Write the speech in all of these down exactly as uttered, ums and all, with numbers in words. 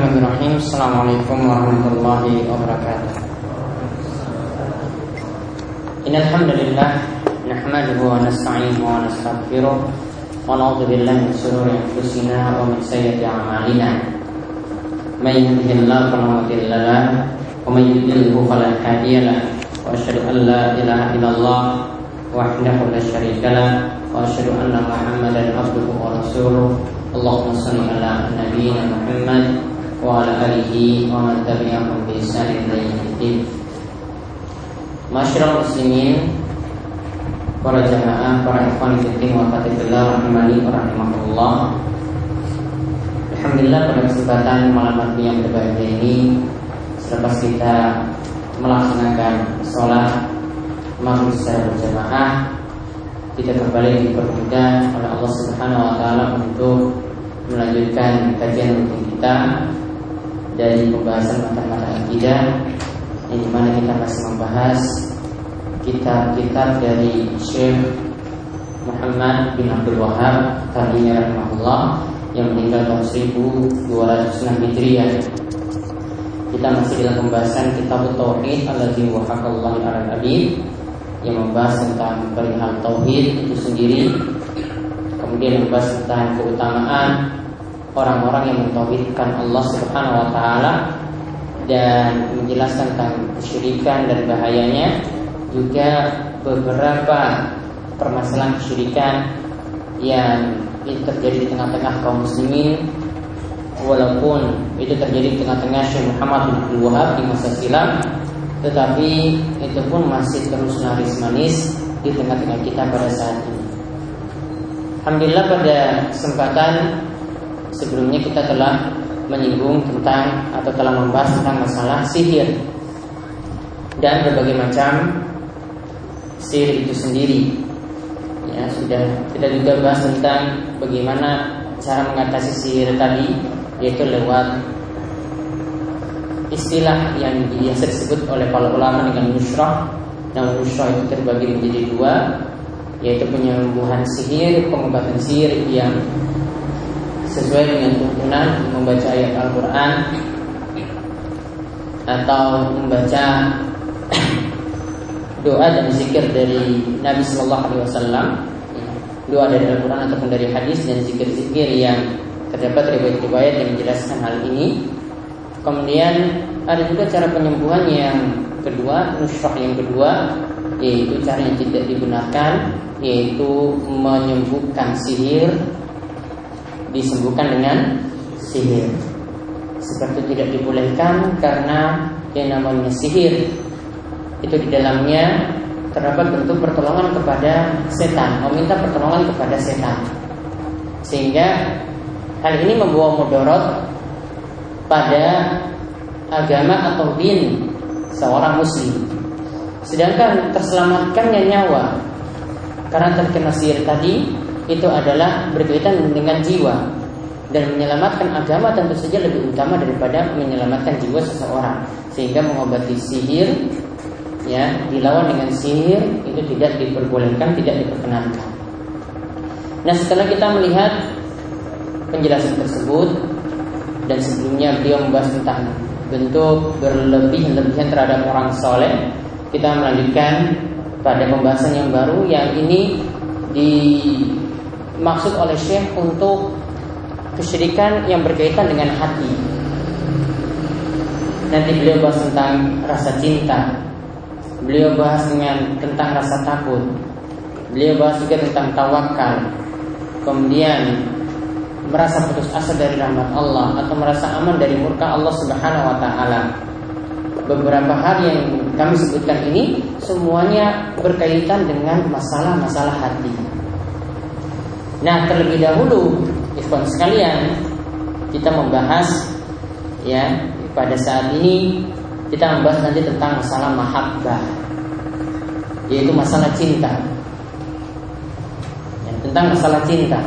Bismillahirrahmanirrahim. Assalamualaikum warahmatullahi wabarakatuh. Innal hamdalillah nahmaduhu wa nasta'inuhu wa nastaghfiruh wa na'udzu billahi min shururi anfusina wa min sayyiati a'malina. May yahdihillahu fala mudilla lahu wa may yudlilhu fala hadiya lahu. Wa asyhadu an la ilaha illallah wahdahu la syarika lahu wa asyhadu anna Muhammadan abduhu wa rasuluh. Allahumma shalli ala nabiyyina Muhammad wa ala alihi wa man tabi'ahum bi ihsan ila yaumil. Masyaallah muslimin, para jamaah, para ikhwan fillah wa fatibillah rahimani wa rahimakumullah. Alhamdulillah, pada kesempatan malam hari yang berbahagia ini, selepas kita melaksanakan sholat maghrib secara berjamaah, kita kembali dipermudah oleh Allah Subhanahu wa taala untuk melanjutkan kajian rutin kita dari pembahasan mata-mata akidah, yang dimana kita masih membahas kitab-kitab dari Syekh Muhammad bin Abdul Wahhab tabi'in rahimahullah yang meninggal tahun seribu dua ratus enam Hijriah. Kita masih dalam pembahasan kitab Tauhid alladzi wahaqallahu ala nabi, yang membahas tentang perihal tauhid itu sendiri, kemudian membahas tentang keutamaan orang-orang yang mentauhidkan Allah Subhanahu wa taala dan menjelaskan tentang kesyirikan dan bahayanya, juga beberapa permasalahan kesyirikan yang itu terjadi di tengah-tengah kaum muslimin, walaupun itu terjadi di tengah-tengah Syekh Muhammad bin Abdul Wahhab di masa silam, tetapi itu pun masih terus laris manis di tengah-tengah kita pada saat ini. Alhamdulillah, pada kesempatan sebelumnya kita telah menyinggung tentang atau telah membahas tentang masalah sihir dan berbagai macam sihir itu sendiri. Ya, sudah kita juga bahas tentang bagaimana cara mengatasi sihir tadi, yaitu lewat istilah yang biasa disebut oleh para ulama dengan nushrah. Namun nushrah itu terbagi menjadi dua, yaitu penyembuhan sihir, pengobatan sihir yang sesuai dengan tuntunan membaca ayat Al-Quran atau membaca doa dan zikir dari Nabi Sallallahu Alaihi Wasallam, doa dari Al-Quran ataupun dari hadis, dan zikir-zikir yang terdapat riwayat-riwayat yang menjelaskan hal ini. Kemudian ada juga cara penyembuhan yang kedua, nushrah yang kedua, yaitu cara yang tidak dibenarkan, yaitu menyembuhkan sihir, disembuhkan dengan sihir. Seperti tidak dibolehkan karena yang namanya sihir itu di dalamnya terdapat bentuk pertolongan kepada setan, meminta pertolongan kepada setan, sehingga hal ini membawa mudarat pada agama atau din seorang muslim. Sedangkan terselamatkannya nyawa karena terkena sihir tadi itu adalah berkaitan dengan jiwa, dan menyelamatkan agama tentu saja lebih utama daripada menyelamatkan jiwa seseorang. Sehingga mengobati sihir, ya, dilawan dengan sihir itu tidak diperbolehkan, tidak diperkenankan. Nah, setelah kita melihat penjelasan tersebut, dan sebelumnya beliau membahas tentang bentuk berlebih-lebihan terhadap orang soleh, kita melanjutkan pada pembahasan yang baru, yang ini dimaksud oleh Syekh untuk kesyirikan yang berkaitan dengan hati. Nanti beliau bahas tentang rasa cinta, beliau bahas dengan tentang rasa takut, beliau bahas juga tentang tawakal, kemudian merasa putus asa dari rahmat Allah atau merasa aman dari murka Allah Subhanahu wa taala. Beberapa hal yang kami sebutkan ini semuanya berkaitan dengan masalah-masalah hati. Nah, terlebih dahulu ikhwan sekalian, kita membahas, ya, pada saat ini kita membahas nanti tentang masalah mahabbah, yaitu masalah cinta, ya, tentang masalah cinta.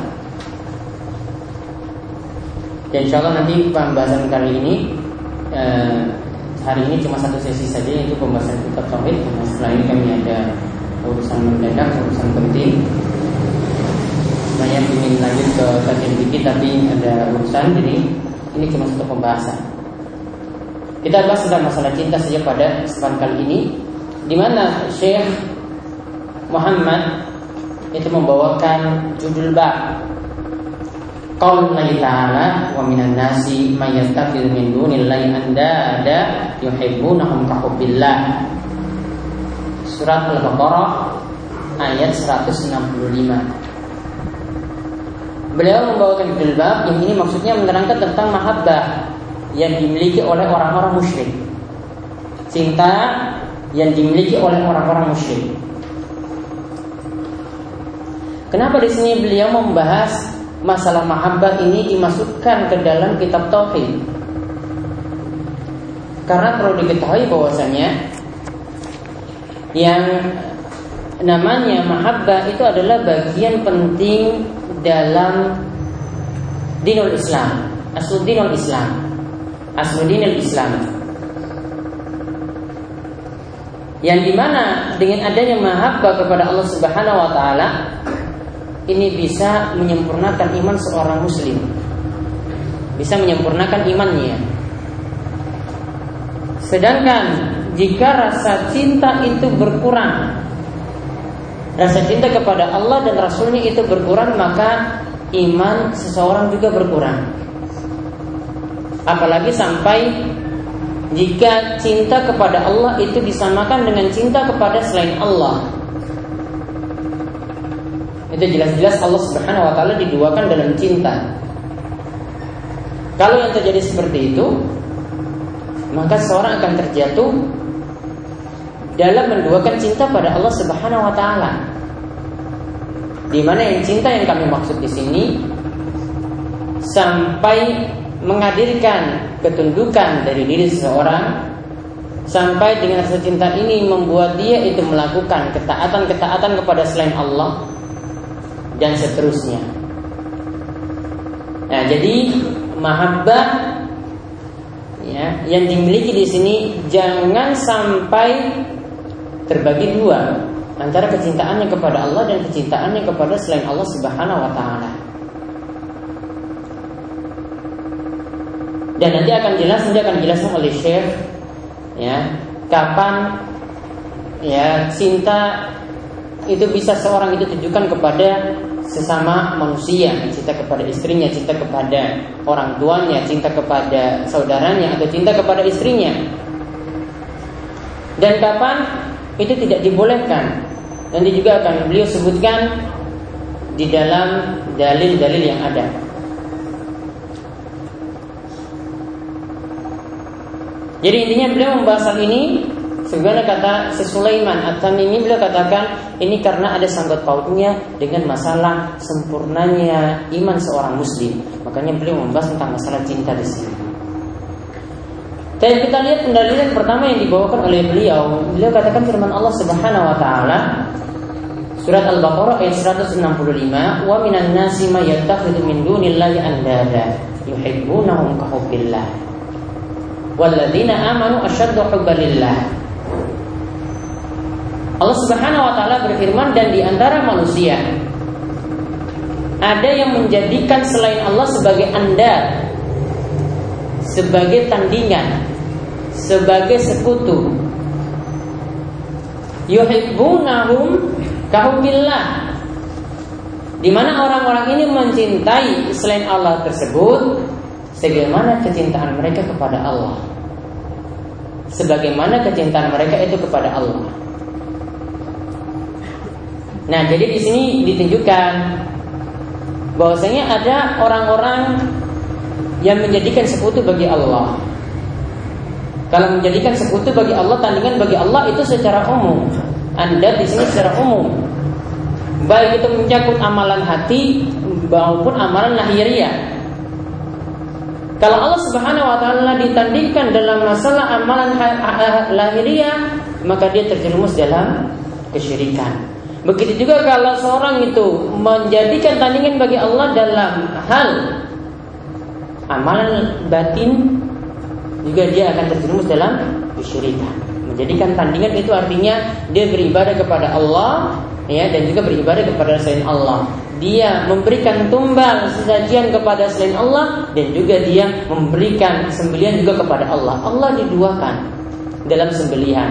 Dan insya Allah nanti pembahasan kali ini eh, hari ini cuma satu sesi saja, yaitu pembahasan kitab tauhid. Nah, setelah ini kami ada urusan mendadak, urusan penting. Saya ingin lanjut ke kajian fikih tapi ada urusan, jadi Ini cuma satu pembahasan. Kita bahas tentang masalah cinta saja pada kesempatan kali ini, di mana Syekh Muhammad itu membawakan judul bab Qaulullahi ta'ala wa minan nasi may yattakhidhu min dunillahi andada yuhibbunahum ka hubbillah. Surat Al-Baqarah ayat seratus enam puluh lima. Beliau membawakan judul bab yang ini maksudnya menerangkan tentang mahabbah yang dimiliki oleh orang-orang musyrik. Cinta yang dimiliki oleh orang-orang musyrik. Kenapa di sini beliau membahas masalah mahabbah ini dimasukkan ke dalam kitab tauhid? Karena perlu diketahui bahwasanya yang namanya mahabbah itu adalah bagian penting dalam dinul Islam, asal dinul Islam. Asluddinil Islam, yang dimana dengan adanya mahabbah kepada Allah Subhanahu Wa Taala ini bisa menyempurnakan iman seorang muslim, bisa menyempurnakan imannya. Sedangkan jika rasa cinta itu berkurang, rasa cinta kepada Allah dan Rasulnya itu berkurang, maka iman seseorang juga berkurang. Apalagi sampai jika cinta kepada Allah itu disamakan dengan cinta kepada selain Allah. Itu jelas-jelas Allah Subhanahu Wa Taala diduakan dalam cinta. Kalau yang terjadi seperti itu, maka seorang akan terjatuh dalam menduakan cinta pada Allah Subhanahu Wa Taala. Di mana yang cinta yang kami maksud di sini sampai menghadirkan ketundukan dari diri seseorang, sampai dengan rasa cinta ini membuat dia itu melakukan ketaatan-ketaatan kepada selain Allah dan seterusnya. Nah, jadi mahabbah ya, yang dimiliki di sini jangan sampai terbagi dua, antara kecintaannya kepada Allah dan kecintaannya kepada selain Allah Subhanahu Wa Taala. Dan nanti akan jelas, nanti akan dijelaskan oleh Syekh ya, kapan ya cinta itu bisa seorang itu tujukan kepada sesama manusia, cinta kepada istrinya, cinta kepada orang tuanya, cinta kepada saudaranya, atau cinta kepada istrinya. Dan kapan itu tidak dibolehkan. Nanti juga akan beliau sebutkan di dalam dalil-dalil yang ada. Jadi intinya beliau membahas hal ini, sebagaimana kata Sulaiman At-Tamimi, beliau katakan ini karena ada sangkut pautnya dengan masalah sempurnanya iman seorang muslim. Makanya beliau membahas tentang masalah cinta di sini. Dan kita lihat pendalilan pertama yang dibawakan oleh beliau. Beliau katakan firman Allah Subhanahu Wa Taala, surat Al-Baqarah ayat seratus enam puluh lima, wa minan nasi may yattakhidhu min dunillahi andada yuhibbunahum ka hubbillah walladzina amanu asyaddu hubbalillah. Allah Subhanahu Wa Taala berfirman, dan di antara manusia ada yang menjadikan selain Allah sebagai andad, sebagai tandingan, sebagai sekutu. Yuhibbunahum kahubbillah, di mana orang-orang ini mencintai selain Allah tersebut sebagaimana kecintaan mereka kepada Allah, sebagaimana kecintaan mereka itu kepada Allah. Nah, jadi di sini ditunjukkan bahwasanya ada orang-orang yang menjadikan sekutu bagi Allah. Kalau menjadikan sekutu bagi Allah, tandingan bagi Allah itu secara umum. Anda di sini secara umum, baik itu mencakup amalan hati maupun amalan lahiriah. Kalau Allah Subhanahu Wa Taala ditandingkan dalam masalah amalan lahiriah, maka dia terjerumus dalam kesyirikan. Begitu juga kalau seorang itu menjadikan tandingan bagi Allah dalam hal amalan batin, juga dia akan terjerumus dalam kesyirikan. Menjadikan tandingan itu artinya dia beribadah kepada Allah ya, dan juga beribadah kepada selain Allah. dia memberikan tumbal sesajian kepada selain Allah, dan juga dia memberikan sembelihan juga kepada Allah. Allah diduakan dalam sembelihan.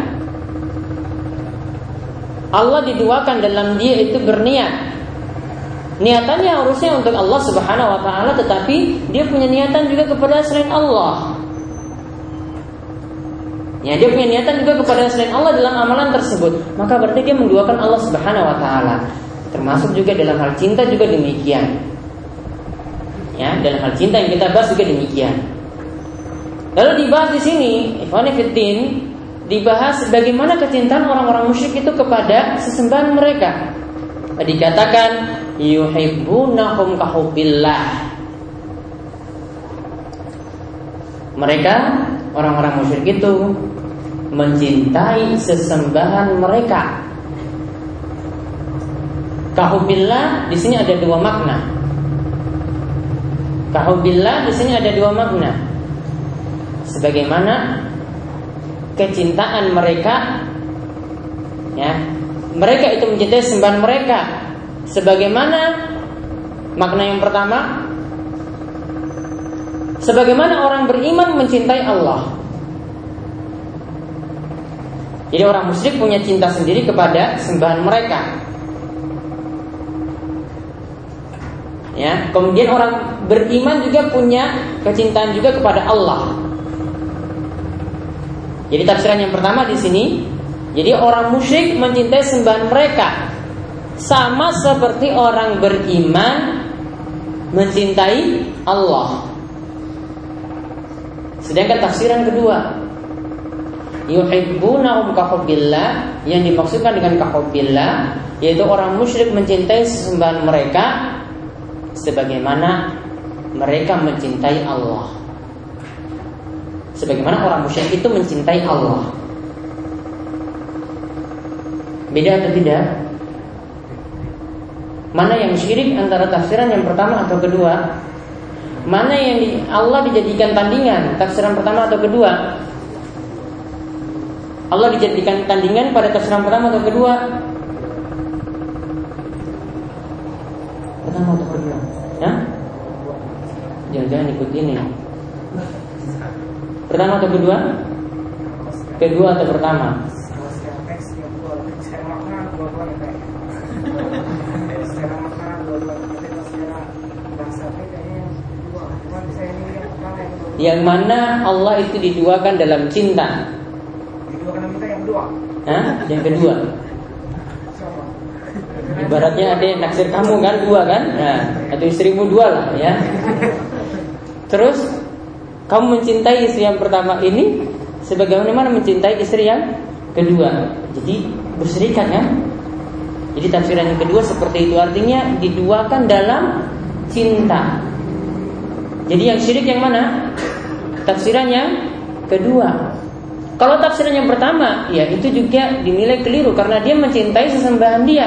Allah diduakan dalam dia itu berniat. Niatannya harusnya untuk Allah Subhanahu wa taala, tetapi dia punya niatan juga kepada selain Allah. Ya, dia punya niatan juga kepada selain Allah dalam amalan tersebut. Maka berarti dia menduakan Allah Subhanahu wa taala. Termasuk juga dalam hal cinta juga demikian. Ya, dalam hal cinta yang kita bahas juga demikian. Lalu dibahas di sini, ikhwan fillah, dibahas bagaimana kecintaan orang-orang musyrik itu kepada sesembahan mereka. Dikatakan yuhibbunahum kahubbillah. Mereka orang-orang musyrik itu mencintai sesembahan mereka. Kahubbillah di sini ada dua makna. Kahubbillah di sini ada dua makna. Sebagaimana kecintaan mereka, ya, mereka itu mencintai sembahan mereka. Sebagaimana makna yang pertama, sebagaimana orang beriman mencintai Allah. Jadi orang musyrik punya cinta sendiri kepada sembahan mereka. Ya, kemudian orang beriman juga punya kecintaan juga kepada Allah. Jadi tafsiran yang pertama di sini, jadi orang musyrik mencintai sembahan mereka sama seperti orang beriman mencintai Allah. Sedangkan tafsiran kedua, yuhibbunahum kahubbillah, yang dimaksudkan dengan kahubbillah yaitu orang musyrik mencintai sesembahan mereka sebagaimana mereka mencintai Allah. Sebagaimana orang musyrik itu mencintai Allah. Beda atau tidak? Mana yang syirik antara tafsiran yang pertama atau kedua? Mana yang di, Allah dijadikan tandingan, tafsiran pertama atau kedua? Allah dijadikan tandingan pada tafsiran pertama atau kedua? Pertama atau kedua? Ya? Jangan-jangan ikut ini. Pertama atau kedua? Kedua atau pertama? Yang mana Allah itu diduakan dalam cinta. Diduakan dalam cinta yang kedua. Hah? Yang kedua. Ibaratnya ada yang naksir kamu kan dua kan? Nah, atau istrimu dua lah ya. Terus kamu mencintai istri yang pertama ini sebagaimana mencintai istri yang kedua. Jadi berserikat kan? Jadi tafsiran yang kedua seperti itu, artinya diduakan dalam cinta. Jadi yang syirik yang mana? Tafsiran yang kedua. Kalau tafsiran yang pertama, ya itu juga dinilai keliru karena dia mencintai sesembahan dia.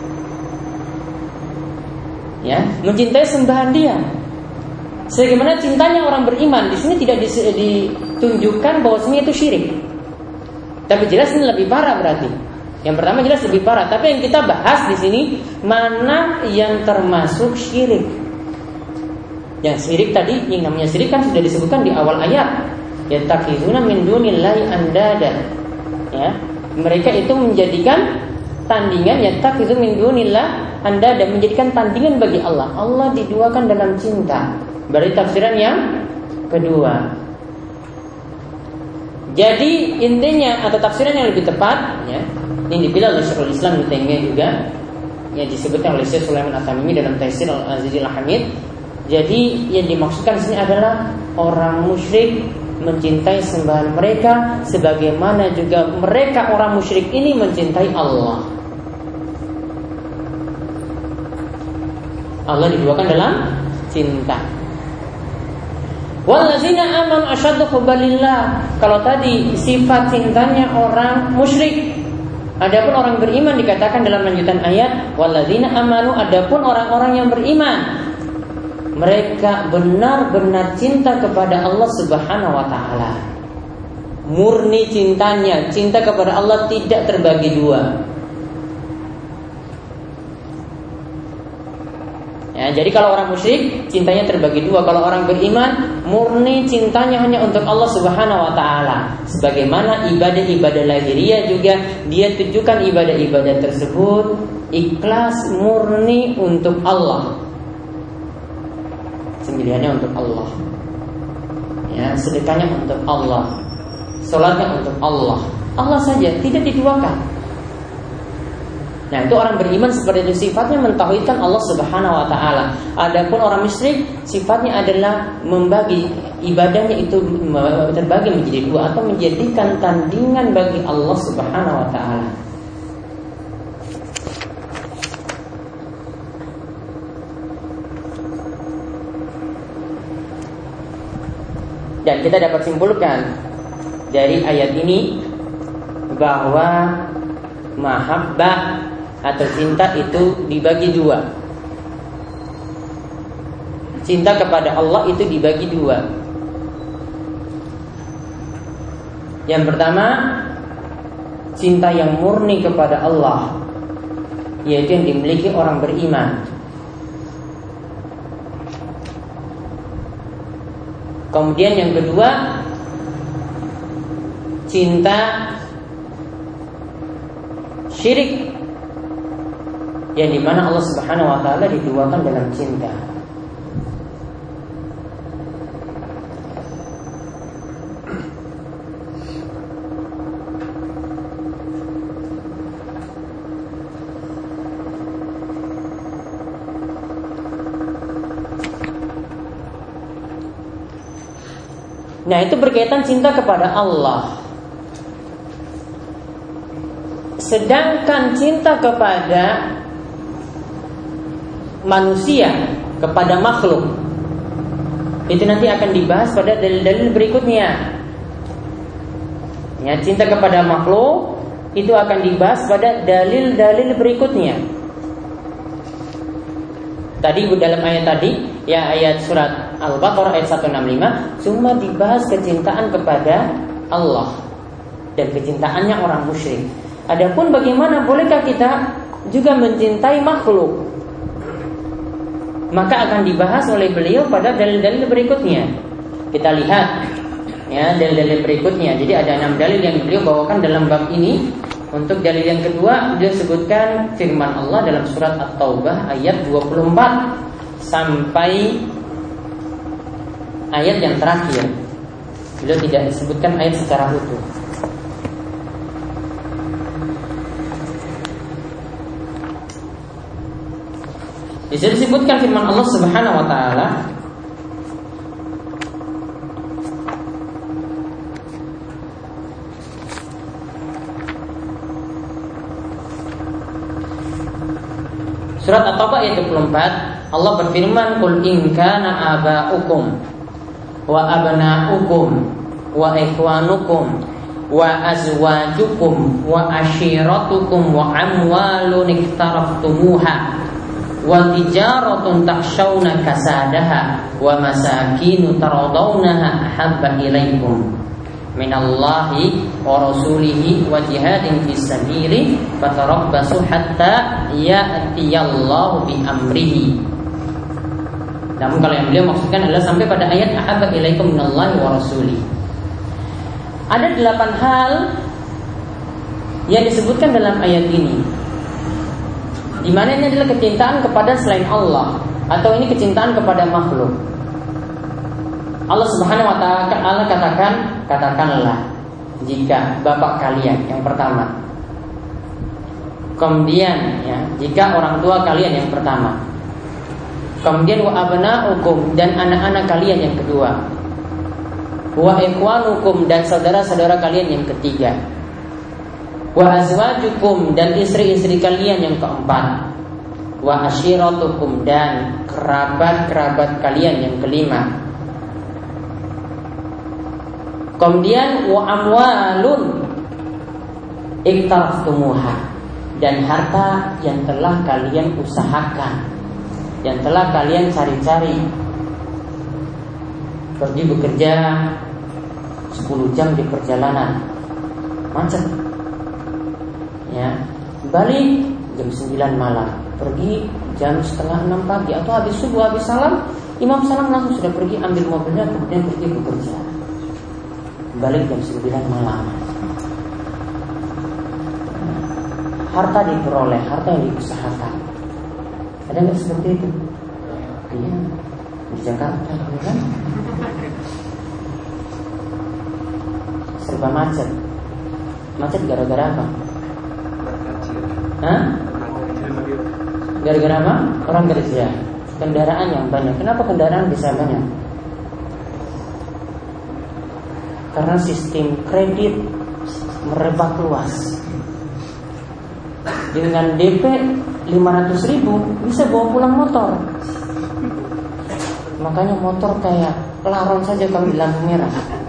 Ya, mencintai sembahan dia. Sebagaimana cintanya orang beriman, di sini tidak ditunjukkan bahwasanya itu syirik. Tapi jelas ini lebih parah berarti. Yang pertama jelas lebih parah, tapi yang kita bahas di sini mana yang termasuk syirik. Yang syirik tadi, yang namanya syirik kan sudah disebutkan di awal ayat. Yattakhizuna min dunillahi andada. Ya, mereka itu menjadikan tandingan, yattakhidzu min dunillah andada, menjadikan tandingan bagi Allah. Allah diduakan dalam cinta. Berarti tafsiran yang kedua. Jadi intinya atau tafsiran yang lebih tepat, ya, ini dipilih oleh Syekhul Islam Ibnu Taimiyah juga, yang disebutkan oleh Syekh Sulaiman At-Tamimi dalam Taisir Al-Azizil Hamid. Jadi yang dimaksudkan di sini adalah orang musyrik mencintai sembahan mereka sebagaimana juga mereka orang musyrik ini mencintai Allah. Allah diduakan dalam cinta. Wallazina amanu asyaddu hubbalillah. Kalau tadi sifat cintanya orang musyrik, adapun orang beriman dikatakan dalam lanjutan ayat wallazina amanu, adapun orang-orang yang beriman mereka benar-benar cinta kepada Allah Subhanahu wa taala. Murni cintanya, cinta kepada Allah tidak terbagi dua. Ya, jadi kalau orang musyrik cintanya terbagi dua. Kalau orang beriman murni cintanya hanya untuk Allah Subhanahu wa taala. Sebagaimana ibadah-ibadah lahiriah juga dia tujukan ibadah-ibadah tersebut ikhlas murni untuk Allah. Sembilannya untuk Allah. Ya, sedekahnya untuk Allah. Salatnya untuk Allah. Allah saja, tidak diduakan. Nah, itu orang beriman seperti itu sifatnya mentauhidkan Allah Subhanahu wa taala. Adapun orang musyrik sifatnya adalah membagi ibadahnya itu terbagi menjadi dua atau menjadikan tandingan bagi Allah Subhanahu wa taala. Dan kita dapat simpulkan dari ayat ini bahwa mahabbah atau cinta itu dibagi dua. Cinta kepada Allah itu dibagi dua. Yang pertama, cinta yang murni kepada Allah, yaitu yang dimiliki orang beriman. Kemudian yang kedua, cinta syirik, yang dimana Allah Subhanahu wa taala diduakan dalam cinta. Nah, itu berkaitan cinta kepada Allah. Sedangkan cinta kepada manusia, kepada makhluk, itu nanti akan dibahas pada dalil-dalil berikutnya. Ya, cinta kepada makhluk itu akan dibahas pada dalil-dalil berikutnya. Tadi dalam ayat tadi, ya ayat surat Al-Baqarah ayat seratus enam puluh lima, cuma dibahas kecintaan kepada Allah dan kecintaannya orang musyrik. Adapun bagaimana bolehkah kita juga mencintai makhluk, maka akan dibahas oleh beliau pada dalil-dalil berikutnya. Kita lihat ya dalil-dalil berikutnya. Jadi ada enam dalil yang beliau bawakan dalam bab ini. Untuk dalil yang kedua, beliau sebutkan firman Allah dalam surat At-Taubah ayat dua puluh empat sampai ayat yang terakhir. Beliau tidak disebutkan ayat secara utuh. Di sini disebutkan firman Allah Subhanahu wa taala, Surat At-Taubah ayat dua puluh empat, Allah berfirman, "Qul in kana aba'ukum wa abna'ukum wa ikhwanukum wa azwajukum wa ashiratukum wa amwalun iktaraftumuha wa tijaratun takhshawna kasadaha wa masakinu taradawnaha ahabba ilaikum minallahi wa rasulihi wa jihadin fisabilihi fatarabbasu hatta ya'tiyallahu bi amrihi." Namun kalau yang beliau maksudkan adalah sampai pada ayat ahabba ilaikum minallahi wa rasulihi. Ada delapan hal yang disebutkan dalam ayat ini, di mana ini adalah kecintaan kepada selain Allah atau ini kecintaan kepada makhluk. Allah Subhanahu wa taala katakan, katakanlah jika bapak kalian yang pertama. Kemudian ya, jika orang tua kalian yang pertama. Kemudian wa abna'ukum dan anak-anak kalian yang kedua. Wa ikhwanukum dan saudara-saudara kalian yang ketiga. Wa azwajukum dan istri-istri kalian yang keempat. Wa ashiratukum dan kerabat-kerabat kalian yang kelima. Kemudian wa amwalun iktaraftumuha dan harta yang telah kalian usahakan, yang telah kalian cari-cari. Pergi bekerja sepuluh jam di perjalanan, macet. Ya, balik jam sembilan malam, pergi jam setengah enam pagi, atau habis subuh, habis salam, imam salam langsung sudah pergi ambil mobilnya, kemudian pergi bekerja, balik jam sembilan malam. Harta diperoleh, harta yang diusahakan. Ada nggak seperti itu? Iya, di Jakarta, kan? Serba macet. Macet gara-gara apa? Hah? Gara-gara apa? Orang kerja. Kendaraan yang banyak. Kenapa kendaraan bisa banyak? Karena sistem kredit merebak luas. Dengan D P lima ratus ribu bisa bawa pulang motor. Makanya motor kayak laron saja kalau di lampu merah.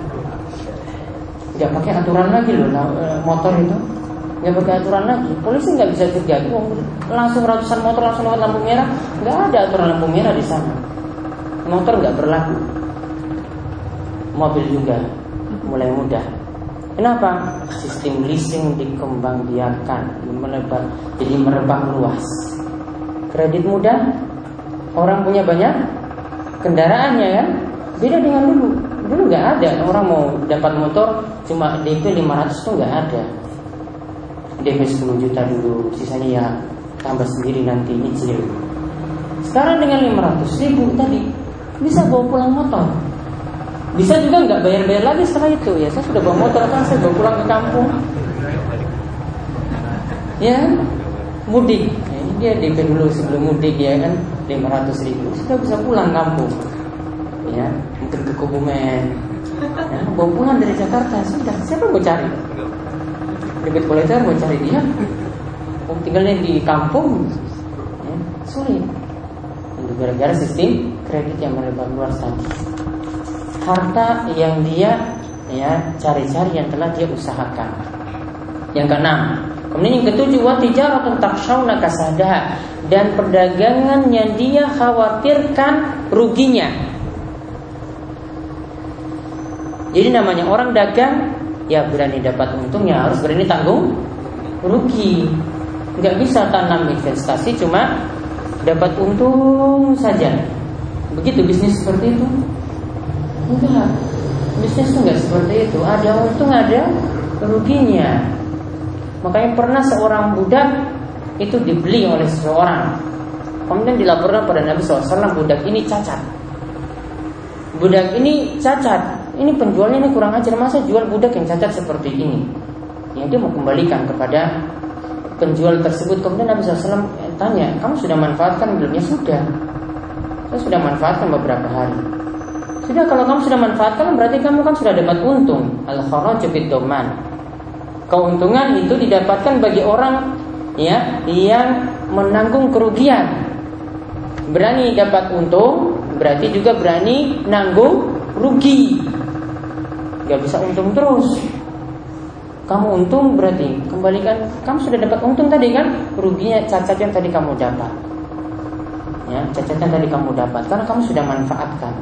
Gak pakai aturan lagi loh motor itu. Gak pakai aturan lagi. Polisi gak bisa kerja. Langsung ratusan motor langsung lewat lampu merah. Gak ada aturan lampu merah di sana. Motor gak berlaku. Mobil juga mulai mudah. Kenapa? Sistem leasing dikembangbiakan, melebar, jadi merebak luas. Kredit mudah, orang punya banyak kendaraannya kan. Beda dengan dulu. Dulu nggak ada orang mau dapat motor cuma D P lima ratus tuh nggak ada. D P sepuluh juta dulu, sisanya ya tambah sendiri nanti nyicil. Sekarang dengan lima ratus ribu tadi bisa bawa pulang motor. Bisa juga nggak bayar-bayar lagi setelah itu. Ya saya sudah bawa motor kan, saya bawa pulang ke kampung. Ya, mudik. Ya, ini dia D P dulu sebelum mudik ya kan lima ratus ribu. Sudah bisa pulang kampung. Ya, mungkin ke Kebumen. Ya, bawa pulang dari Jakarta sudah. Siapa mau cari? Debit kolektor mau cari dia. Oh, tinggalnya di kampung. Ya, sulit. Gara-gara sistem kredit yang melebar luas tadi. Harta yang dia ya cari-cari yang telah dia usahakan. Yang keenam, kemudian yang ketujuh, wa tijaratun takhshawna kasadaha, dan perdagangan yang dia khawatirkan ruginya. Jadi namanya orang dagang ya berani dapat untungnya, harus berani tanggung rugi. Enggak bisa tanam investasi cuma dapat untung saja. Begitu bisnis seperti itu? Enggak, bisnis itu enggak seperti itu. Ada untung, ada ruginya. Makanya pernah seorang budak itu dibeli oleh seseorang. Kemudian dilaporkan pada Nabi shallallahu alaihi wasallam, budak ini cacat. Budak ini cacat. Ini penjualnya ini kurang ajar, masa jual budak yang cacat seperti ini? Ya dia mau kembalikan kepada penjual tersebut. Kemudian Nabi shallallahu alaihi wasallam tanya, kamu sudah manfaatkan belum? Ya sudah. Saya sudah manfaatkan beberapa hari. Sudah, kalau kamu sudah manfaatkan berarti kamu kan sudah dapat untung. Al-kharaju bid-dhaman. Keuntungan itu didapatkan bagi orang ya yang menanggung kerugian. Berani dapat untung berarti juga berani nanggung rugi. Gak bisa untung terus. Kamu untung berarti kembalikan. Kamu sudah dapat untung tadi kan, ruginya cacat yang tadi kamu dapat. Ya, cacat yang tadi kamu dapat karena kamu sudah manfaatkan.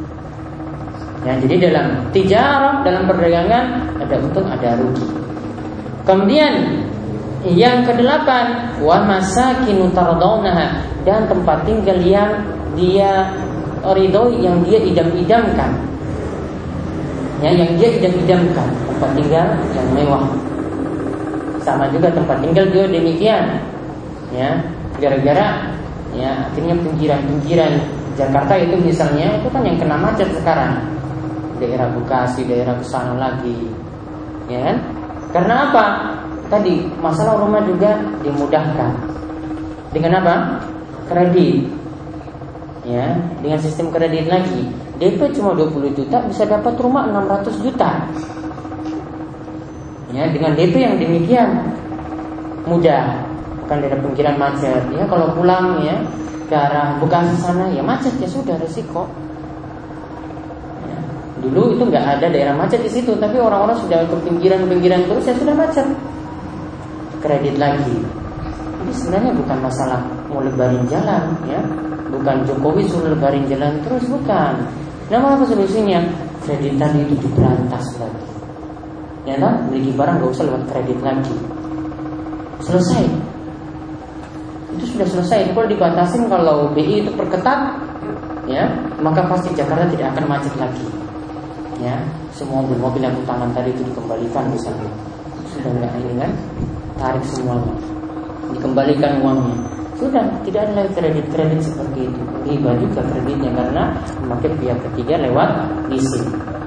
Ya, jadi dalam tijarah, dalam perdagangan ada untung, ada rugi. Kemudian yang kedelapan, wa masakinu tardawnaha, dan tempat tinggal yang dia ridhoi, yang dia idam-idamkan. Ya, yang dia idam-idamkan, tempat tinggal yang mewah. Sama juga tempat tinggal dia demikian. Ya, gara-gara ya akhirnya pinggiran-pinggiran Jakarta itu misalnya itu kan yang kena macet sekarang. Daerah Bekasi, daerah kesana lagi, ya kan? Karena apa? Tadi masalah rumah juga dimudahkan. Dengan apa? Kredit. Ya, dengan sistem kredit lagi. D P cuma dua puluh juta bisa dapat rumah enam ratus juta. Ya, dengan D P yang demikian mudah. Bukan daerah pinggiran macet. Ya, kalau pulang ya ke arah Bekasi sana ya macet, ya sudah resiko. Dulu itu nggak ada daerah macet di situ, tapi orang-orang sudah ke pinggiran-pinggiran terus ya sudah macet. Kredit lagi. Jadi sebenarnya bukan masalah mau lebarin jalan, ya, bukan Jokowi suruh lebarin jalan terus, bukan. Nama apa solusinya? Kredit tadi itu diberantas lagi. Ya kan? Beli barang nggak usah lewat kredit lagi. Selesai. sudah selesai. Kalau dibatasin, kalau B I itu perketat, ya, maka pasti Jakarta tidak akan macet lagi. Ya, semua mobil-mobil yang utangan tadi itu dikembalikan di sana. Sudah enggak ini kan, tarik semuanya, dikembalikan uangnya. Sudah tidak ada lagi kredit-kredit seperti itu. Riba juga kreditnya karena memakai pihak ketiga lewat leasing.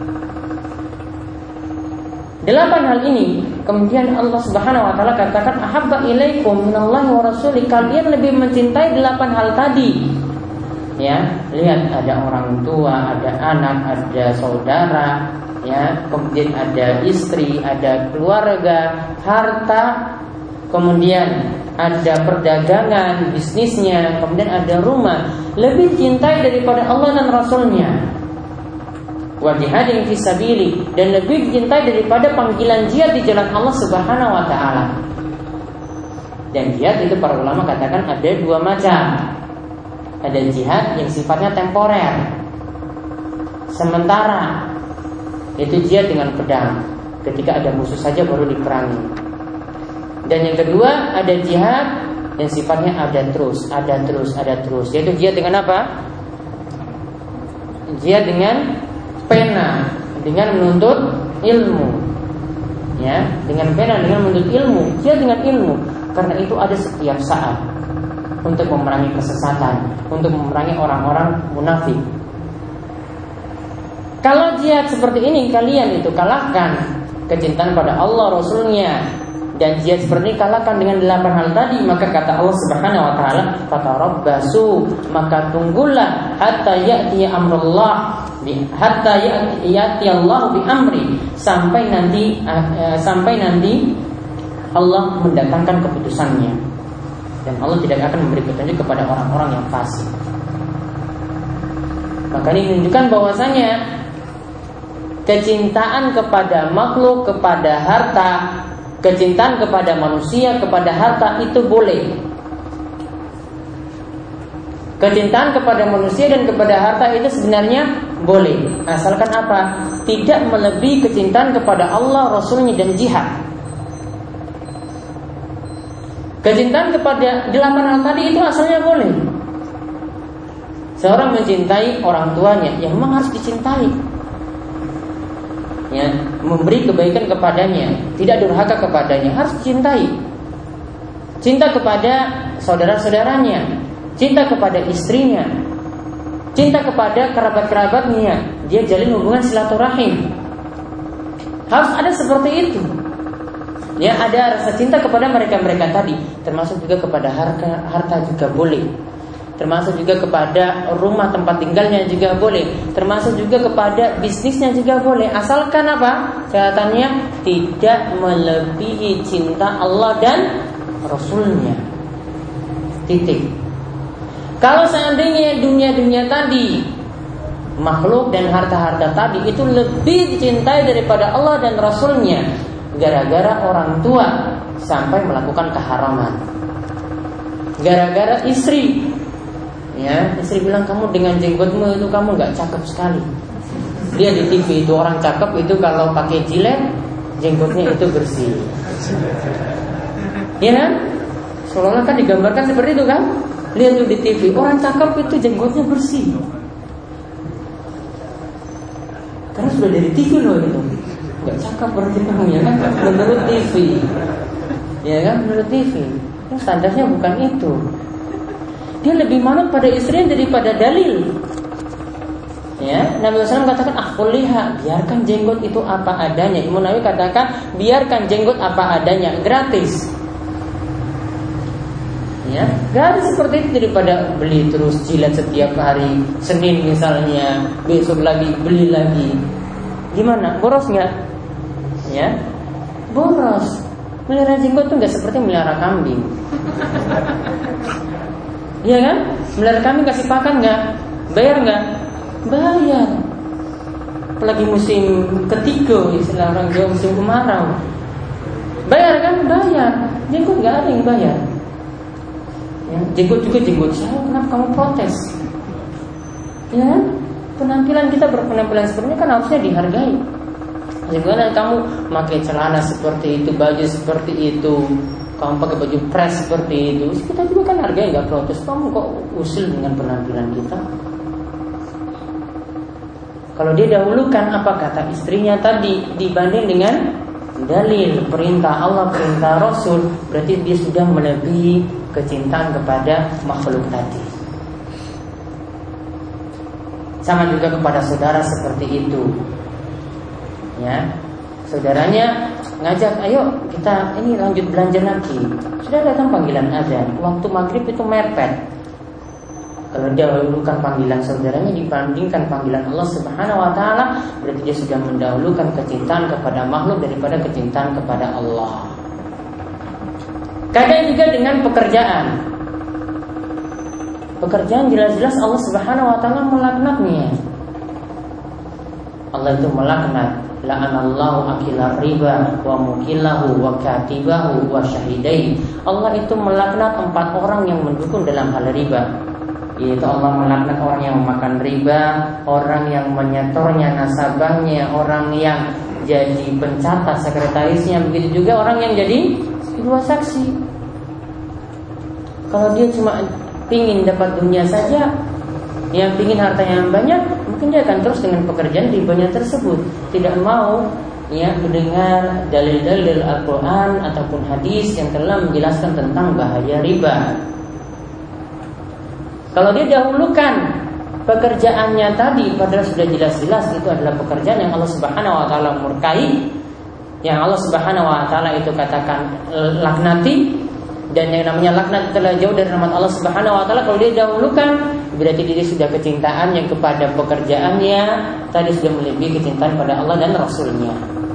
Delapan hal ini kemudian Allah Subhanahu wa taala katakan ahabba ilaikum minallahi wa rasuli, kalian lebih mencintai delapan hal tadi. Ya, lihat ada orang tua, ada anak, ada saudara, ya, kemudian ada istri, ada keluarga, harta, kemudian ada perdagangan, bisnisnya, kemudian ada rumah. Lebih cintai daripada Allah dan Rasulnya. Wa jihadin fisabili, dan lebih dicintai daripada panggilan jihad di jalan Allah Subhanahu wa taala. Dan jihad itu para ulama katakan ada dua macam. Ada jihad yang sifatnya temporer, sementara, itu jihad dengan pedang, ketika ada musuh saja baru diperangi. Dan yang kedua ada jihad yang sifatnya ada terus, ada terus, ada terus. Yaitu jihad dengan apa? Jihad dengan pena, dengan menuntut ilmu. Ya, dengan pena, dengan menuntut ilmu. Jihad dengan ilmu. Karena itu ada setiap saat untuk memerangi kesesatan, untuk memerangi orang-orang munafik. Kalau jihad seperti ini kalian itu kalahkan kecintaan pada Allah Rasulnya, dan jihad seperti ini kalahkan dengan delapan hal tadi, maka kata Allah Subhanahu wa taala, fatarabbasu, maka tunggulah hatta ya'ti amrullah, hatta ya'ti Allah bi amri, sampai nanti uh, sampai nanti Allah mendatangkan keputusannya. Dan Allah tidak akan memberi petunjuk kepada orang-orang yang fasik. Maka ini menunjukkan bahwasanya kecintaan kepada makhluk, kepada harta, kecintaan kepada manusia, kepada harta itu boleh. Kecintaan kepada manusia dan kepada harta itu sebenarnya boleh, asalkan apa? Tidak melebihi kecintaan kepada Allah, Rasulnya, dan jihad. Kecintaan kepada delapan hal tadi itu asalnya boleh. Seorang mencintai orang tuanya, yang memang harus dicintai, ya, memberi kebaikan kepadanya, tidak durhaka kepadanya, harus dicintai. Cinta kepada saudara-saudaranya, cinta kepada istrinya, cinta kepada kerabat-kerabatnya, dia jalin hubungan silaturahim. Harus ada seperti itu. Ya, ada rasa cinta kepada mereka-mereka tadi, termasuk juga kepada harta, harta juga boleh. Termasuk juga kepada rumah tempat tinggalnya juga boleh. Termasuk juga kepada bisnisnya juga boleh. Asalkan apa? Catatannya tidak melebihi cinta Allah dan Rasulnya. Titik. Kalau seandainya dunia-dunia tadi, makhluk dan harta-harta tadi itu lebih dicintai daripada Allah dan Rasulnya, gara-gara orang tua sampai melakukan keharaman, gara-gara istri, ya, istri bilang kamu dengan jenggotmu itu kamu nggak cakep sekali. Dia di T V itu orang cakep itu kalau pakai jilet jenggotnya itu bersih, ya kan? Seolah-olah kan digambarkan seperti itu kan? Lihat tuh di T V orang cakep itu jenggotnya bersih, karena sudah dari T V loh itu. Gak cakep berarti kamu, ya kan? Menurut T V, ya kan? Menurut T V, standarnya bukan itu. Dia lebih manut pada istrinya daripada dalil. Ya, Nabi shallallahu alaihi wasallam katakan, "Akhulliha, biarkan jenggot itu apa adanya." Imam Nawawi katakan, biarkan jenggot apa adanya, gratis. Ya, gratis seperti itu daripada beli terus jilat setiap hari, Senin misalnya, besok lagi beli lagi. Gimana? Boros nggak? Ya, boros. Melihara jenggot tuh nggak seperti melihara kambing. Iya kan? Melihara kambing kasih pakan nggak? Bayar nggak? Bayar. Apalagi musim ketiga, istilah orang Jawa, musim kemarau. Bayar kan? Bayar. Jenggot nggak ada yang bayar. Ya, jenggot juga jenggot saya. Kenapa kamu protes? Ya, penampilan kita berpenampilan seperti ini kan harusnya dihargai. Jangan kamu pakai celana seperti itu, baju seperti itu, kamu pakai baju press seperti itu, kita juga kan harganya nggak protes. Kamu kok usil dengan penampilan kita? Kalau dia dahulukan apa kata istrinya tadi dibanding dengan dalil perintah Allah, perintah Rasul, berarti dia sudah melebihi kecintaan kepada makhluk tadi. Sama juga kepada saudara seperti itu. Ya, saudaranya ngajak, ayo kita ini lanjut belanja lagi. Sudah datang panggilan azan, waktu maghrib itu mepet. Kalau dia mendahulukan panggilan saudaranya dibandingkan panggilan Allah Subhanahu wa taala, berarti dia sudah mendahulukan kecintaan kepada makhluk daripada kecintaan kepada Allah. Kadang juga dengan pekerjaan. Pekerjaan jelas-jelas Allah Subhanahu wa taala melaknatnya. Allah itu melaknat, la'anallahu akilar riba wa mukillahu wa katibahu wa syahidain. Allah itu melaknat empat orang yang mendukung dalam hal riba. Yaitu Allah melaknat orang yang memakan riba, orang yang menyetornya nasabahnya, orang yang jadi pencatat sekretarisnya, begitu juga orang yang jadi dua saksi. Kalau dia cuma pingin dapat dunia saja, yang pingin harta yang banyak, mungkin dia akan terus dengan pekerjaan ribanya tersebut, tidak mau ya mendengar dalil-dalil Al-Quran ataupun hadis yang telah menjelaskan tentang bahaya riba. Kalau dia dahulukan pekerjaannya tadi, padahal sudah jelas-jelas itu adalah pekerjaan yang Allah Subhanahu wa taala murkai, yang Allah Subhanahu wa taala itu katakan laknati, dan yang namanya laknat telah jauh dari rahmat Allah Subhanahu wa taala. Kalau dia dahulukan, berarti dia sudah kecintaan yang kepada pekerjaannya tadi sudah melebihi kecintaan pada Allah dan Rasulnya.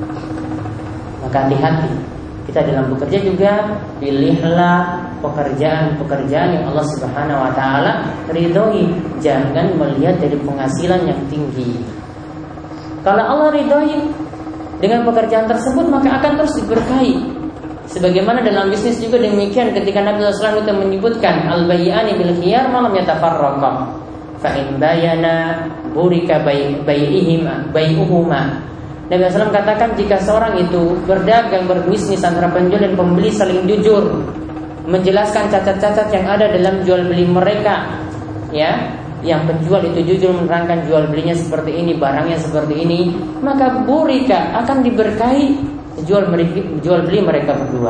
Maka hati-hati. Kita dalam bekerja juga pilihlah pekerjaan-pekerjaan yang Allah Subhanahu wa taala ridhoi. Jangan melihat dari penghasilan yang tinggi. Kalau Allah ridhoi dengan pekerjaan tersebut, maka akan terus diberkahi. Sebagaimana dalam bisnis juga demikian, ketika Nabi sallallahu alaihi wasallam itu menyebutkan al-bayyani bil khiyar ma lam yatafarraqa. Fa in bayana burika bai'ihima bai'uhuma. Nabi sallallahu alaihi wasallam katakan, jika seorang itu berdagang, berbisnis antara penjual dan pembeli saling jujur, menjelaskan cacat-cacat yang ada dalam jual beli mereka, ya, yang penjual itu jujur menerangkan jual belinya seperti ini, barangnya seperti ini, maka burika akan diberkahi jual mereka, jual beli mereka berdua.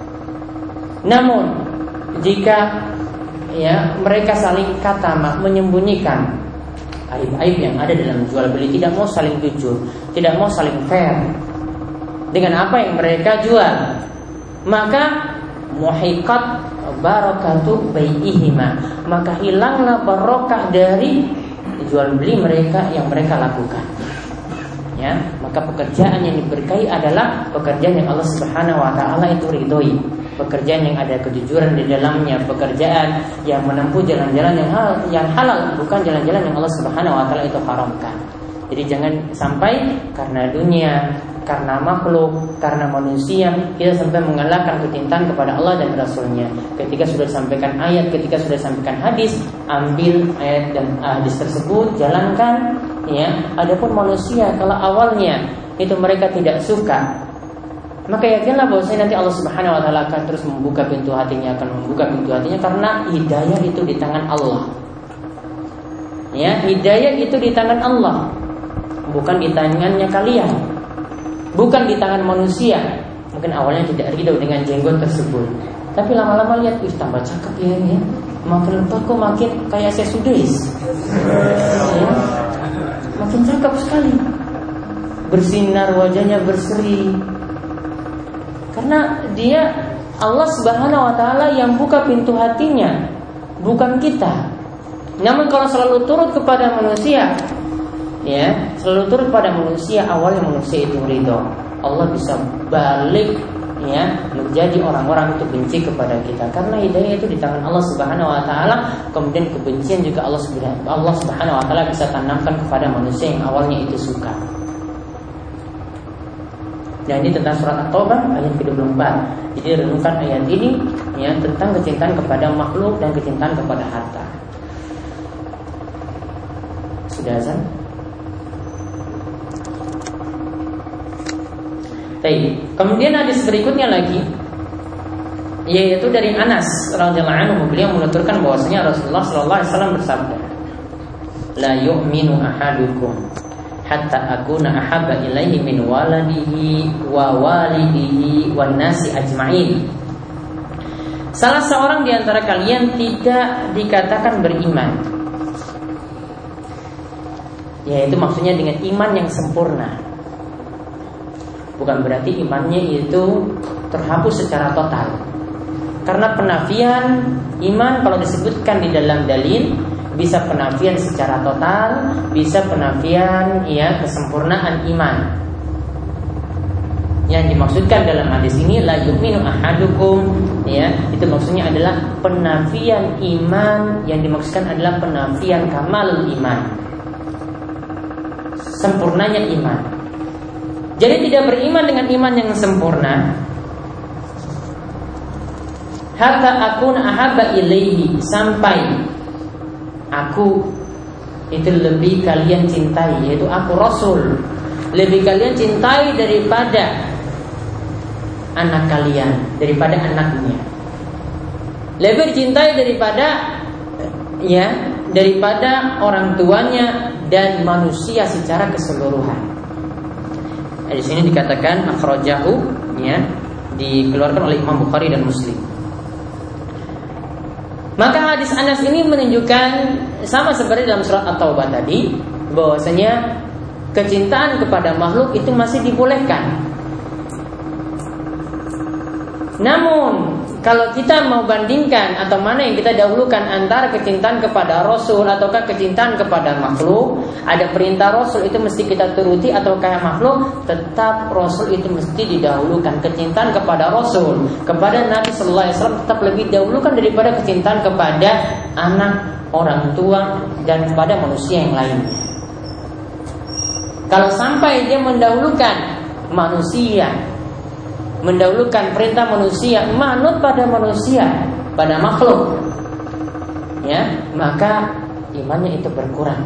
Namun jika ya mereka saling katama, menyembunyikan aib-aib yang ada dalam jual beli, tidak mau saling jujur, tidak mau saling fair dengan apa yang mereka jual, maka muhiqat barakatu bai'ihima, maka hilanglah barokah dari jual beli mereka yang mereka lakukan. Ya, maka pekerjaan yang diberkahi adalah pekerjaan yang Allah Subhanahu wa taala itu ridhoi, pekerjaan yang ada kejujuran di dalamnya, pekerjaan yang menempuh jalan-jalan yang halal, yang halal, bukan jalan-jalan yang Allah Subhanahu wa taala itu haramkan. Jadi jangan sampai karena dunia, karena makhluk, karena manusia kita sampai mengalahkan kecintaan kepada Allah dan Rasulnya. Ketika sudah disampaikan ayat, ketika sudah disampaikan hadis, ambil ayat dan hadis tersebut, jalankan. Ya, adapun manusia kalau awalnya itu mereka tidak suka, maka yakinlah bahwasanya nanti Allah Subhanahu wa taala akan terus membuka pintu hatinya, akan membuka pintu hatinya, karena hidayah itu di tangan Allah. Ya, hidayah itu di tangan Allah, bukan di tangannya kalian, bukan di tangan manusia. Mungkin awalnya tidak ridho dengan jenggot tersebut, tapi lama-lama lihat, ih tambah cakep ya, ya. Makin lepas kok makin kayak saya sudais. Ya, makin cakep sekali, bersinar wajahnya, berseri. Karena dia Allah Subhanahu wa taala yang buka pintu hatinya, bukan kita. Namun kalau selalu turut kepada manusia, ya, selalu turut pada manusia, awalnya manusia itu ridho, Allah bisa balik, ya, menjadi orang-orang itu benci kepada kita, karena hidayah itu di tangan Allah Subhanahu wa taala. Kemudian kebencian juga Allah Subhanahu Allah Subhanahu wa taala bisa tanamkan kepada manusia yang awalnya itu suka. Nah, ini tentang surat At-Taubah ayat ke dua puluh empat. Jadi renungkan ayat ini, ya, tentang kecintaan kepada makhluk dan kecintaan kepada harta. Sudah azan? Baik. Kemudian hadis berikutnya lagi yaitu dari Anas radhiyallahu anhu, beliau menuturkan bahwasanya Rasulullah sallallahu alaihi wasallam bersabda, la yu'minu ahadukum hatta akuna ahabba ilaihi min waladihi wa walidihi wan nasi ajma'in. Salah seorang di antara kalian tidak dikatakan beriman, yaitu maksudnya dengan iman yang sempurna. Bukan berarti imannya itu terhapus secara total. Karena penafian iman kalau disebutkan di dalam dalil bisa penafian secara total, bisa penafian ya kesempurnaan iman. Yang dimaksudkan dalam hadis ini la yu'minu ahadukum, ya, itu maksudnya adalah penafian iman. Yang dimaksudkan adalah penafian kamalul iman, sempurnanya iman. Jadi tidak beriman dengan iman yang sempurna. Hatta akuna ahabba ilaihi, sampai aku itu lebih kalian cintai, yaitu aku Rasul lebih kalian cintai daripada anak kalian, daripada anaknya, lebih dicintai daripada ya daripada orang tuanya dan manusia secara keseluruhan. Di sini dikatakan akhrajahu, ya, dikeluarkan oleh Imam Bukhari dan Muslim. Maka hadis Anas ini menunjukkan sama seperti dalam surat At-Taubah tadi, bahwasanya kecintaan kepada makhluk itu masih dibolehkan. Namun kalau kita mau bandingkan atau mana yang kita dahulukan antara kecintaan kepada Rasul ataukah kecintaan kepada makhluk, ada perintah Rasul itu mesti kita turuti atau kayak makhluk, tetap Rasul itu mesti didahulukan. Kecintaan kepada Rasul, kepada Nabi Sallallahu Alaihi Wasallam tetap lebih dahulukan daripada kecintaan kepada anak, orang tua dan kepada manusia yang lainnya. Kalau sampai dia mendahulukan manusia, mendahulukan perintah manusia, manut pada manusia, pada makhluk, ya, maka imannya itu berkurang.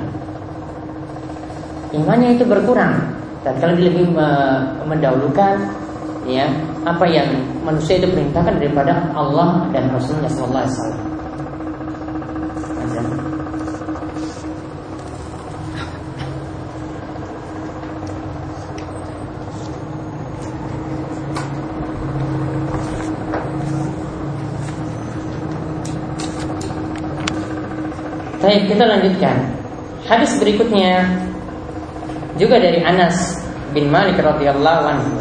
Imannya itu berkurang. Dan kalau dia lebih mendahulukan, ya, apa yang manusia itu perintahkan daripada Allah dan Rasulnya Sallallahu Alaihi Wasallam. Baik, kita lanjutkan. Hadis berikutnya juga dari Anas bin Malik radhiyallahu anhu,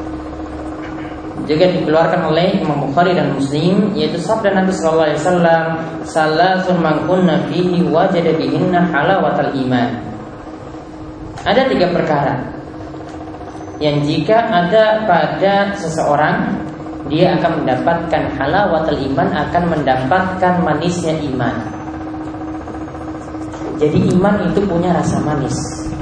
juga dikeluarkan oleh Imam Bukhari dan Muslim, yaitu sabda Nabi sallallahu alaihi wasallam, "Salasun man kunna fihi wajada bihinna halawatal iman." Ada tiga perkara yang jika ada pada seseorang, dia akan mendapatkan halawatal iman, akan mendapatkan manisnya iman. Jadi iman itu punya rasa manis.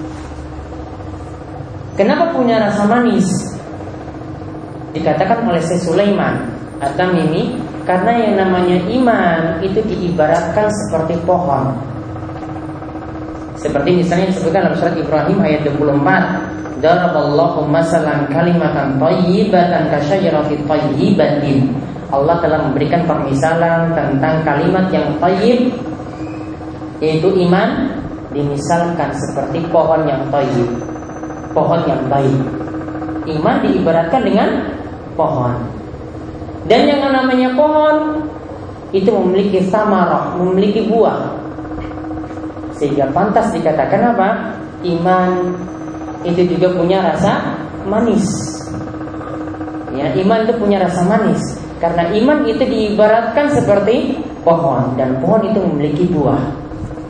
Kenapa punya rasa manis? Dikatakan oleh Syekh Sulaiman At-Tamimi, karena yang namanya iman itu diibaratkan seperti pohon. Seperti misalnya disebutkan dalam surat Ibrahim ayat dua puluh empat, daraballahu masalan kalimatan thayyibatan kasyajaratin thayyibatin. Allah telah memberikan permisalan tentang kalimat yang thayyib, yaitu iman, dimisalkan seperti pohon yang thayyib, pohon yang baik. Iman diibaratkan dengan pohon. Dan yang namanya pohon itu memiliki samarah, memiliki buah, sehingga pantas dikatakan apa? Iman itu juga punya rasa manis. Ya, iman itu punya rasa manis karena iman itu diibaratkan seperti pohon, dan pohon itu memiliki buah.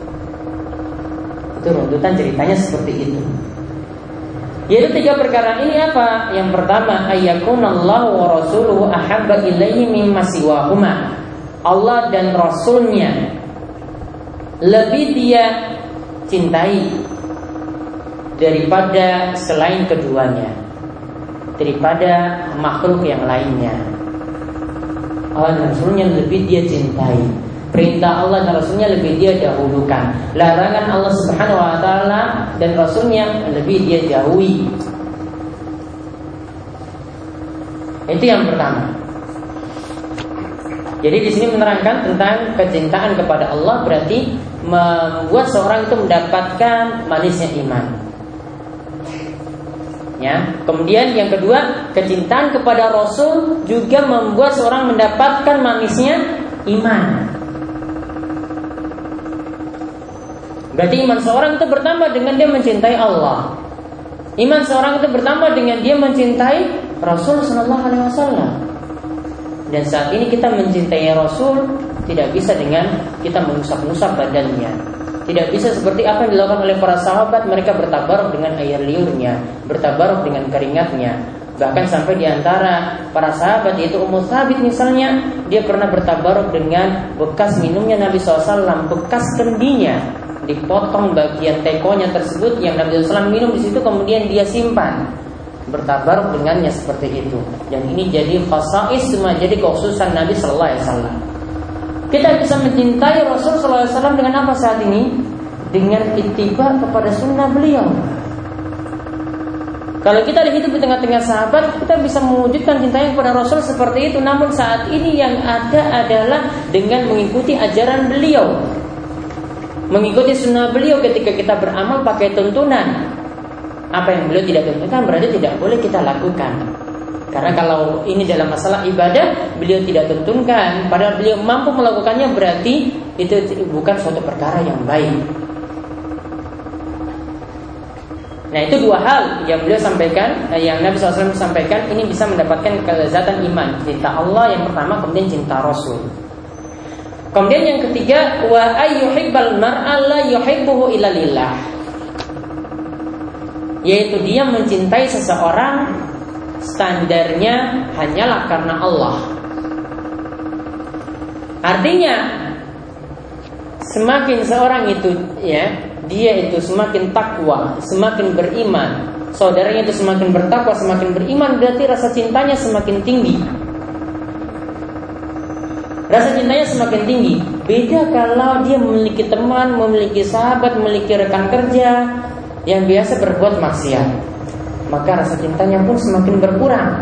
Itu runtutan ceritanya seperti itu. Yaitu tiga perkara ini apa? Yang pertama, ayyakunallahu wa rasuluhu ahabba ilaihi mimma siwahuma. Allah dan Rasulnya lebih dia cintai daripada selain keduanya, daripada makhluk yang lainnya. Allah dan Rasulnya lebih dia cintai. Perintah Allah dan Rasulnya lebih dia dahulukan. Larangan Allah Subhanahu wa ta'ala dan Rasulnya lebih dia jauhi. Itu yang pertama. Jadi di sini menerangkan tentang kecintaan kepada Allah berarti membuat seorang itu mendapatkan manisnya iman. Ya. Kemudian yang kedua, kecintaan kepada Rasul juga membuat seorang mendapatkan manisnya iman. Berarti iman seorang itu bertambah dengan dia mencintai Allah. Iman seorang itu bertambah dengan dia mencintai Rasul sallallahu alaihi wasallam. Dan saat ini kita mencintai Rasul tidak bisa dengan kita mengusap-usap badannya. Tidak bisa seperti apa yang dilakukan oleh para sahabat. Mereka bertabaruk dengan air liurnya, bertabaruk dengan keringatnya. Bahkan sampai diantara para sahabat, yaitu Ummu Thabit misalnya, dia pernah bertabaruk dengan bekas minumnya Nabi shallallahu alaihi wasallam, bekas kendinya, dipotong bagian tekonya tersebut yang Nabi shallallahu alaihi wasallam minum di situ, kemudian dia simpan, bertabaruk dengannya seperti itu. Dan ini jadi khasais, semua jadi kekhususan Nabi sallallahu alaihi wasallam. Kita bisa mencintai Rasul sallallahu alaihi wasallam dengan apa saat ini? Dengan ittiba kepada sunnah beliau. Kalau kita hidup di tengah-tengah sahabat, kita bisa mewujudkan cintanya kepada Rasul seperti itu. Namun saat ini yang ada adalah dengan mengikuti ajaran beliau, mengikuti sunnah beliau. Ketika kita beramal pakai tuntunan, apa yang beliau tidak tentukan berarti tidak boleh kita lakukan. Karena kalau ini dalam masalah ibadah, beliau tidak tentukan, padahal beliau mampu melakukannya, berarti itu bukan suatu perkara yang baik. Nah, itu dua hal yang beliau sampaikan, yang Nabi shallallahu alaihi wasallam sampaikan, ini bisa mendapatkan kelezatan iman. Cinta Allah yang pertama, kemudian cinta Rasul. Kemudian yang ketiga, wa ayyuhibbal mar'a la yuhibbuhu illa lillah. Yaitu dia mencintai seseorang standarnya hanyalah karena Allah. Artinya semakin seorang itu ya, dia itu semakin takwa, semakin beriman, saudaranya itu semakin bertakwa, semakin beriman, berarti rasa cintanya semakin tinggi. Rasa cintanya semakin tinggi. Beda kalau dia memiliki teman, memiliki sahabat, memiliki rekan kerja yang biasa berbuat maksiat, maka rasa cintanya pun semakin berkurang.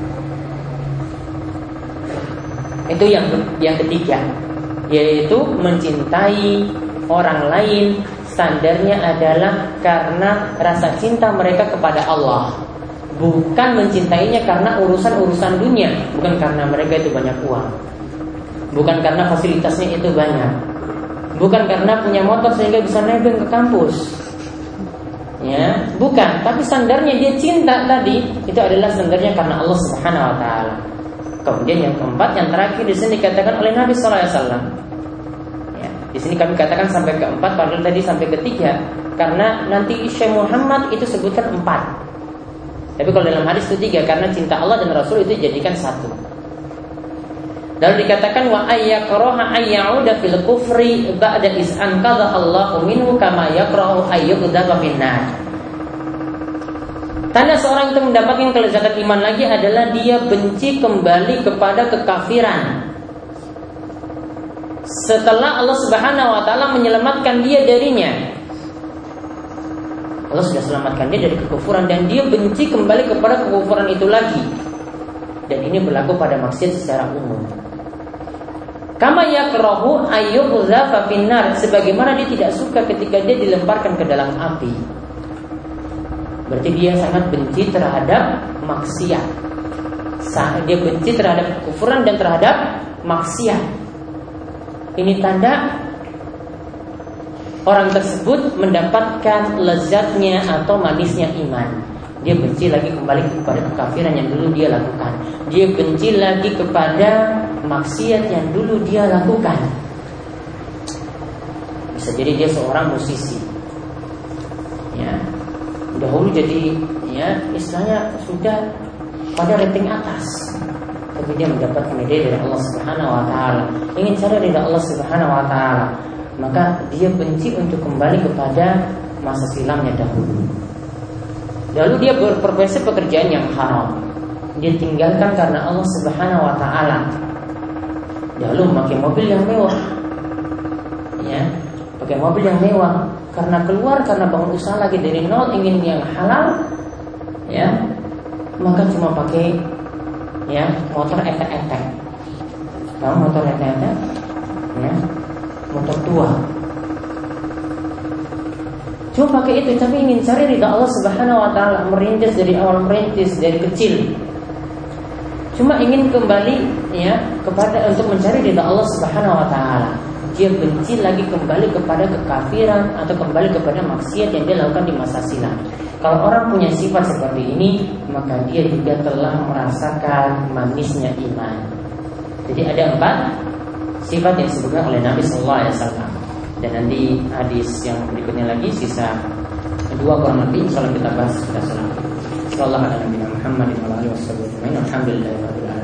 Itu yang yang ketiga, yaitu mencintai orang lain standarnya adalah karena rasa cinta mereka kepada Allah, bukan mencintainya karena urusan-urusan dunia, bukan karena mereka itu banyak uang, bukan karena fasilitasnya itu banyak, bukan karena punya motor sehingga bisa nebeng ke kampus. Ya, bukan, tapi standarnya dia cinta tadi itu adalah standarnya karena Allah Subhanahu wa taala. Kemudian yang keempat, yang terakhir di sini dikatakan oleh Nabi sallallahu alaihi wasallam. Ya, di sini kami katakan sampai keempat, padahal tadi sampai ketiga, karena nanti Syekh Muhammad itu sebutkan empat. Tapi kalau dalam hadis itu tiga, karena cinta Allah dan Rasul itu dijadikan satu. Lalu dikatakan wa ayyakraha ayyauda fil kufri ba'da iz anqadha Allahu minhu kama yakrahu ayyuqdha fin nar. Tanda seorang itu mendapatkan kelezatan iman lagi adalah dia benci kembali kepada kekafiran setelah Allah Subhanahu wa taala menyelamatkan dia darinya. Allah sudah selamatkan dia dari kekufuran dan dia benci kembali kepada kekufuran itu lagi. Dan ini berlaku pada maksiat secara umum. Kama yakrahu ayyuqdha fin nar, sebagaimana dia tidak suka ketika dia dilemparkan ke dalam api. Berarti dia sangat benci terhadap maksiat. Dia benci terhadap kekufuran dan terhadap maksiat. Ini tanda orang tersebut mendapatkan lezatnya atau manisnya iman. Dia benci lagi kembali kepada kekafiran yang dulu dia lakukan. Dia benci lagi kepada maksiat yang dulu dia lakukan. Bisa jadi dia seorang musisi, ya, dahulu jadi, ya, istilahnya sudah pada rating atas, tapi dia mendapatkan ide dari Allah Subhanahu wa taala, ingin cari ridha Allah Subhanahu wa taala, maka dia benci untuk kembali kepada masa silamnya dahulu. Lalu dia berprofesi pekerjaan yang haram, dia tinggalkan karena Allah Subhanahu wa taala. Lalu memakai mobil yang mewah, ya, pakai mobil yang mewah karena keluar, karena bangun usaha lagi dari nol, ingin yang halal, ya, maka cuma pakai, ya, motor etek-etek. Tahu motor ternyata ya, motor tua. Cuma pakai itu tapi ingin cari ridha Allah Subhanahu wa taala, merintis dari awal, merintis dari kecil. Cuma ingin kembali ya kepada untuk mencari ridha Allah Subhanahu wa taala. Dia benci lagi kembali kepada kekafiran atau kembali kepada maksiat yang dia lakukan di masa silam. Kalau orang punya sifat seperti ini, maka dia juga telah merasakan manisnya iman. Jadi ada empat sifat yang disebutkan oleh Nabi Sallallahu Alaihi Wasallam. Dan nanti hadis yang berikutnya lagi sisa dua kurang lebih, insyaallah kita bahas kita selanjutnya. Sallallahu alaihi wa sallam Muhammadin wa alihi wasallam. Alhamdulillah.